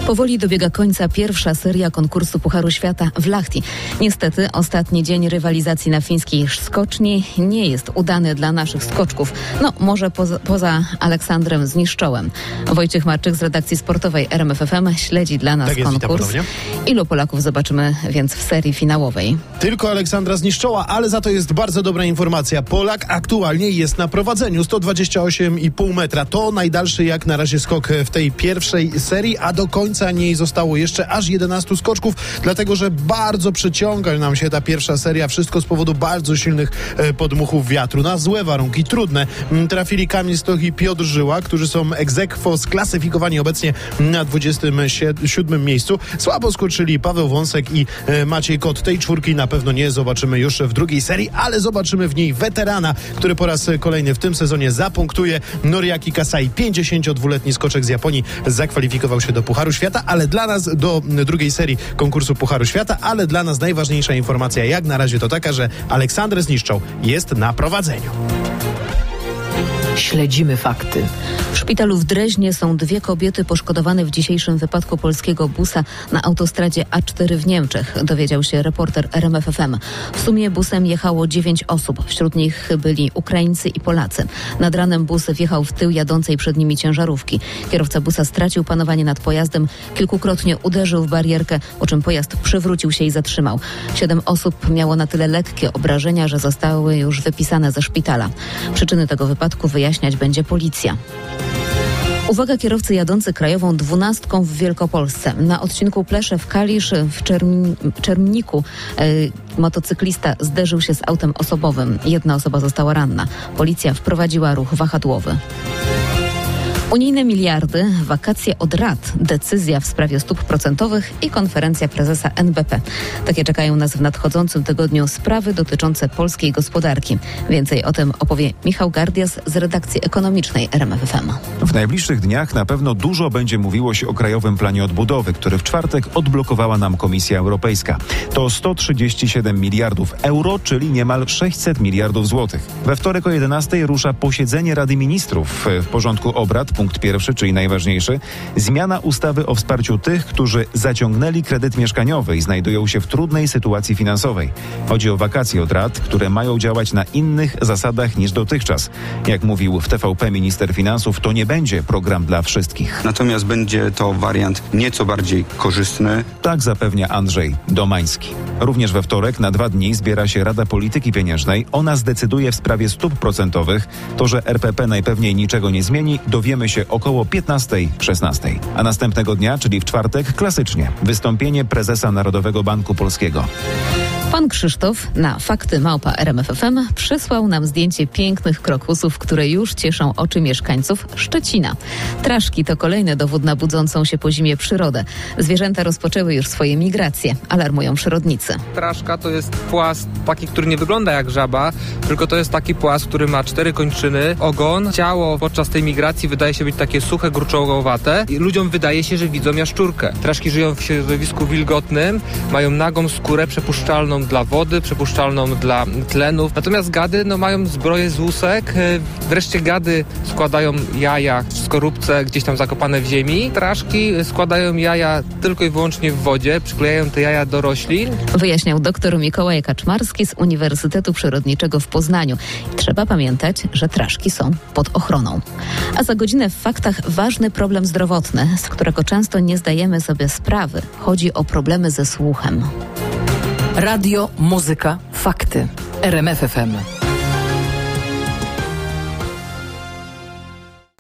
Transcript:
Powoli dobiega końca pierwsza seria konkursu Pucharu Świata w Lahti. Niestety ostatni dzień rywalizacji na fińskiej skoczni nie jest udany dla naszych skoczków. No może poza Aleksandrem Zniszczołem. Wojciech Marczyk z redakcji sportowej RMF FM śledzi dla nas konkurs. Ilu Polaków zobaczymy więc w serii finałowej? Tylko Aleksandra Zniszczoła, ale za to jest bardzo dobra informacja. Polak aktualnie jest na prowadzeniu. 128,5 metra. To najdalszy jak na razie skok w tej pierwszej serii, a do końca niej zostało jeszcze aż 11 skoczków, dlatego że bardzo przeciąga nam się ta pierwsza seria. Wszystko z powodu bardzo silnych podmuchów wiatru. Na złe warunki, trudne. Trafili Kamil Stoch i Piotr Żyła, którzy są ex aequo sklasyfikowani obecnie na 27 miejscu. Słabo skoczyli Paweł Wąsek i Maciej Kot. Tej czwórki na pewno nie zobaczymy już w drugiej serii, ale zobaczymy w niej weterana, który po raz kolejny w tym sezonie zapunktuje. Noriaki Kasai, 52-letni skoczek z Japonii, zakwalifikował się do Pucharu Świata, ale dla nas do drugiej serii konkursu Pucharu Świata, ale dla nas najważniejsza informacja jak na razie to taka, że Aleksander Zniszczał jest na prowadzeniu. Śledzimy fakty. W szpitalu w Dreźnie są 2 kobiety poszkodowane w dzisiejszym wypadku polskiego busa na autostradzie A4 w Niemczech, dowiedział się reporter RMF FM. W sumie busem jechało 9 osób, wśród nich byli Ukraińcy i Polacy. Nad ranem bus wjechał w tył jadącej przed nimi ciężarówki. Kierowca busa stracił panowanie nad pojazdem, kilkukrotnie uderzył w barierkę, po czym pojazd przewrócił się i zatrzymał. 7 osób miało na tyle lekkie obrażenia, że zostały już wypisane ze szpitala. Przyczyny tego wypadku wyjaśniać będzie policja. Uwaga, kierowcy jadący krajową 12 w Wielkopolsce. Na odcinku Pleszew-Kalisz w Czermniku motocyklista zderzył się z autem osobowym. 1 osoba została ranna. Policja wprowadziła ruch wahadłowy. Unijne miliardy, wakacje od rat, decyzja w sprawie stóp procentowych i konferencja prezesa NBP. Takie czekają nas w nadchodzącym tygodniu sprawy dotyczące polskiej gospodarki. Więcej o tym opowie Michał Gardias z redakcji ekonomicznej RMF FM. W najbliższych dniach na pewno dużo będzie mówiło się o Krajowym Planie Odbudowy, który w czwartek odblokowała nam Komisja Europejska. To 137 miliardów euro, czyli niemal 600 miliardów złotych. We wtorek o 11 rusza posiedzenie Rady Ministrów. W porządku obrad punkt pierwszy, czyli najważniejszy, zmiana ustawy o wsparciu tych, którzy zaciągnęli kredyt mieszkaniowy i znajdują się w trudnej sytuacji finansowej. Chodzi o wakacje od rat, które mają działać na innych zasadach niż dotychczas. Jak mówił w TVP minister finansów, to nie będzie program dla wszystkich. Natomiast będzie to wariant nieco bardziej korzystny. Tak zapewnia Andrzej Domański. Również we wtorek na 2 dni zbiera się Rada Polityki Pieniężnej. Ona zdecyduje w sprawie stóp procentowych. To, że RPP najpewniej niczego nie zmieni, dowiemy się około 15-16. A następnego dnia, czyli w czwartek, klasycznie wystąpienie prezesa Narodowego Banku Polskiego. Pan Krzysztof na fakty@RMF.FM przysłał nam zdjęcie pięknych krokusów, które już cieszą oczy mieszkańców Szczecina. Traszki to kolejny dowód na budzącą się po zimie przyrodę. Zwierzęta rozpoczęły już swoje migracje, alarmują przyrodnicy. Traszka to jest płas taki, który nie wygląda jak żaba, tylko to jest taki płas, który ma 4 kończyny, ogon. Ciało podczas tej migracji wydaje się być takie suche, gruczołowate i ludziom wydaje się, że widzą jaszczurkę. Traszki żyją w środowisku wilgotnym, mają nagą skórę przepuszczalną dla wody, przepuszczalną dla tlenów. Natomiast gady mają zbroję z łusek. Wreszcie gady składają jaja w skorupce gdzieś tam zakopane w ziemi. Traszki składają jaja tylko i wyłącznie w wodzie, przyklejają te jaja do roślin. Wyjaśniał dr Mikołaj Kaczmarski z Uniwersytetu Przyrodniczego w Poznaniu. Trzeba pamiętać, że traszki są pod ochroną. A za godzinę w faktach ważny problem zdrowotny, z którego często nie zdajemy sobie sprawy. Chodzi o problemy ze słuchem. Radio, muzyka, fakty. RMF FM.